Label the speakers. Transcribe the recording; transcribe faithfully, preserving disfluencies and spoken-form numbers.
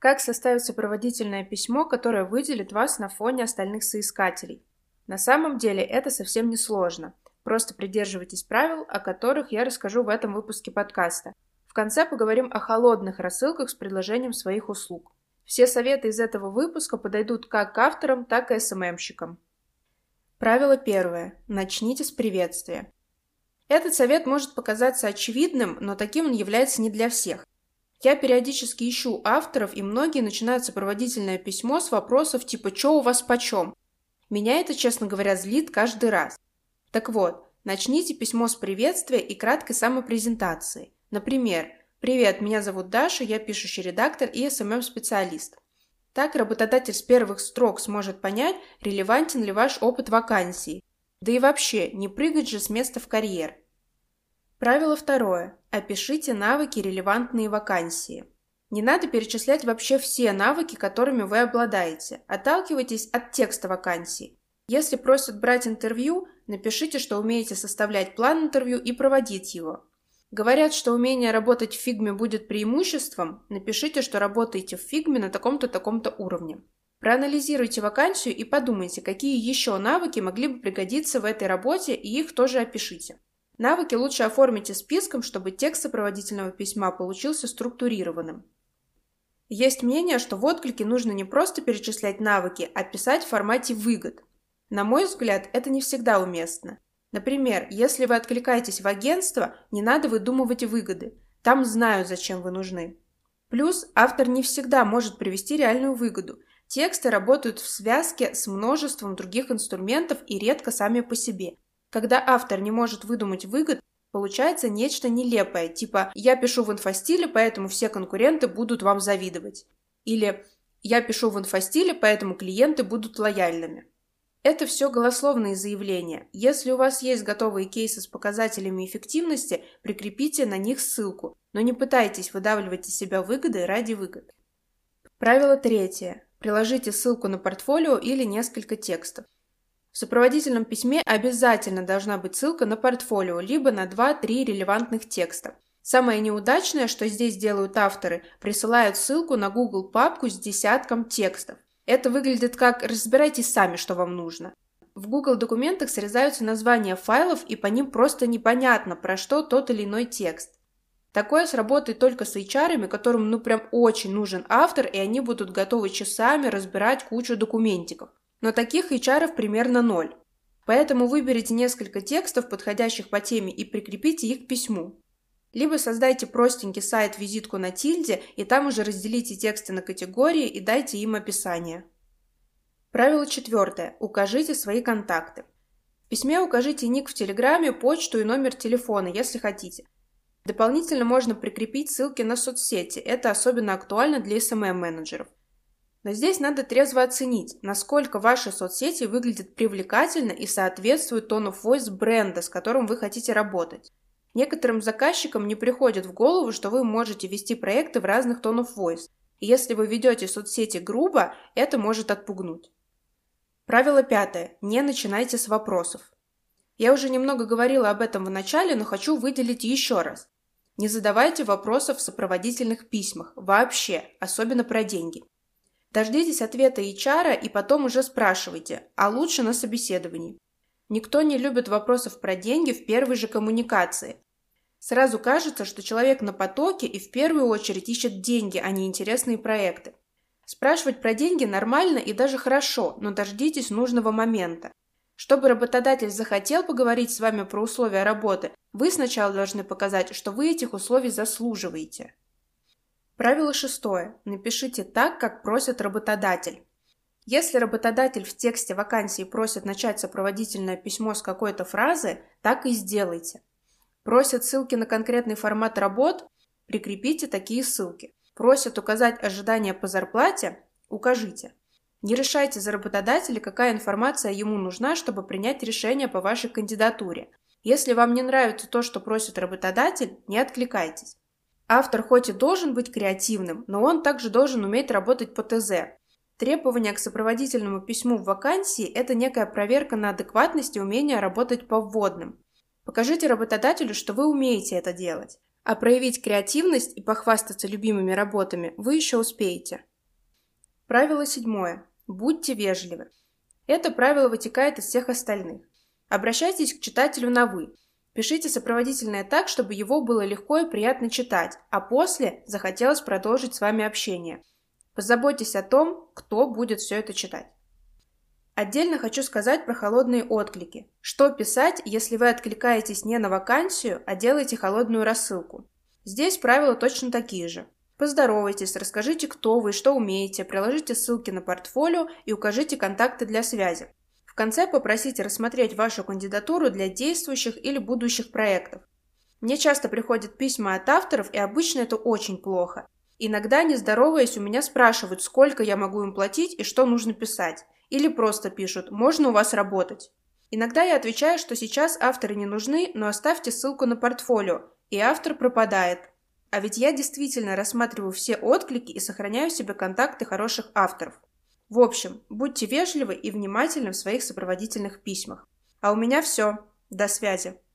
Speaker 1: Как составить сопроводительное письмо, которое выделит вас на фоне остальных соискателей? На самом деле это совсем не сложно. Просто придерживайтесь правил, о которых я расскажу в этом выпуске подкаста. В конце поговорим о холодных рассылках с предложением своих услуг. Все советы из этого выпуска подойдут как к авторам, так и эс эм эм-щикам. Правило первое. Начните с приветствия. Этот совет может показаться очевидным, но таким он является не для всех. Я периодически ищу авторов, и многие начинают сопроводительное письмо с вопросов типа «Чё у вас почем?». Меня это, честно говоря, злит каждый раз. Так вот, начните письмо с приветствия и краткой самопрезентации. Например, «Привет, меня зовут Даша, я пишущий редактор и эс эм эм-специалист». Так работодатель с первых строк сможет понять, релевантен ли ваш опыт вакансии. Да и вообще, не прыгать же с места в карьер. Правило второе. Опишите навыки, релевантные вакансии. Не надо перечислять вообще все навыки, которыми вы обладаете. Отталкивайтесь от текста вакансии. Если просят брать интервью, напишите, что умеете составлять план интервью и проводить его. Говорят, что умение работать в фигме будет преимуществом, напишите, что работаете в фигме на таком-то, таком-то уровне. Проанализируйте вакансию и подумайте, какие еще навыки могли бы пригодиться в этой работе, и их тоже опишите. Навыки лучше оформите списком, чтобы текст сопроводительного письма получился структурированным. Есть мнение, что в отклике нужно не просто перечислять навыки, а писать в формате выгод. На мой взгляд, это не всегда уместно. Например, если вы откликаетесь в агентство, не надо выдумывать выгоды. Там знают, зачем вы нужны. Плюс автор не всегда может привести реальную выгоду. Тексты работают в связке с множеством других инструментов и редко сами по себе. Когда автор не может выдумать выгод, получается нечто нелепое, типа «я пишу в инфостиле, поэтому все конкуренты будут вам завидовать» или «я пишу в инфостиле, поэтому клиенты будут лояльными». Это все голословные заявления. Если у вас есть готовые кейсы с показателями эффективности, прикрепите на них ссылку, но не пытайтесь выдавливать из себя выгоды ради выгод. Правило третье. Приложите ссылку на портфолио или несколько текстов. В сопроводительном письме обязательно должна быть ссылка на портфолио, либо на два-три релевантных текста. Самое неудачное, что здесь делают авторы, присылают ссылку на Google папку с десятком текстов. Это выглядит как «разбирайтесь сами, что вам нужно». В Google документах срезаются названия файлов, и по ним просто непонятно, про что тот или иной текст. Такое сработает только с эйч ар-ами, которым ну прям очень нужен автор, и они будут готовы часами разбирать кучу документиков. Но таких эйч ар-ов примерно ноль. Поэтому выберите несколько текстов, подходящих по теме, и прикрепите их к письму. Либо создайте простенький сайт-визитку на тильде, и там уже разделите тексты на категории и дайте им описание. Правило четвертое. Укажите свои контакты. В письме укажите ник в Телеграме, почту и номер телефона, если хотите. Дополнительно можно прикрепить ссылки на соцсети, это особенно актуально для эс эм эм-менеджеров. Но здесь надо трезво оценить, насколько ваши соцсети выглядят привлекательно и соответствуют tone of voice бренда, с которым вы хотите работать. Некоторым заказчикам не приходит в голову, что вы можете вести проекты в разных tone of voice, и если вы ведете соцсети грубо, это может отпугнуть. Правило пятое. Не начинайте с вопросов. Я уже немного говорила об этом в начале, но хочу выделить еще раз. Не задавайте вопросов в сопроводительных письмах, вообще, особенно про деньги. Дождитесь ответа эйч ар и потом уже спрашивайте, а лучше на собеседовании. Никто не любит вопросов про деньги в первой же коммуникации. Сразу кажется, что человек на потоке и в первую очередь ищет деньги, а не интересные проекты. Спрашивать про деньги нормально и даже хорошо, но дождитесь нужного момента. Чтобы работодатель захотел поговорить с вами про условия работы, вы сначала должны показать, что вы этих условий заслуживаете. Правило шестое. Напишите так, как просит работодатель. Если работодатель в тексте вакансии просит начать сопроводительное письмо с какой-то фразы, так и сделайте. Просят ссылки на конкретный формат работ, прикрепите такие ссылки. Просят указать ожидания по зарплате, укажите. Не решайте за работодателя, какая информация ему нужна, чтобы принять решение по вашей кандидатуре. Если вам не нравится то, что просит работодатель, не откликайтесь. Автор хоть и должен быть креативным, но он также должен уметь работать по тэ зэ. Требования к сопроводительному письму в вакансии – это некая проверка на адекватность и умение работать по вводным. Покажите работодателю, что вы умеете это делать. А проявить креативность и похвастаться любимыми работами вы еще успеете. Правило седьмое. Будьте вежливы. Это правило вытекает из всех остальных. Обращайтесь к читателю на «вы». Пишите сопроводительное так, чтобы его было легко и приятно читать, а после захотелось продолжить с вами общение. Позаботьтесь о том, кто будет все это читать. Отдельно хочу сказать про холодные отклики. Что писать, если вы откликаетесь не на вакансию, а делаете холодную рассылку? Здесь правила точно такие же. Поздоровайтесь, расскажите, кто вы и что умеете, приложите ссылки на портфолио и укажите контакты для связи. В конце попросите рассмотреть вашу кандидатуру для действующих или будущих проектов. Мне часто приходят письма от авторов, и обычно это очень плохо. Иногда, не здороваясь, у меня спрашивают, сколько я могу им платить и что нужно писать. Или просто пишут «можно у вас работать?». Иногда я отвечаю, что сейчас авторы не нужны, но оставьте ссылку на портфолио, и автор пропадает. А ведь я действительно рассматриваю все отклики и сохраняю себе контакты хороших авторов. В общем, будьте вежливы и внимательны в своих сопроводительных письмах. А у меня все. До связи.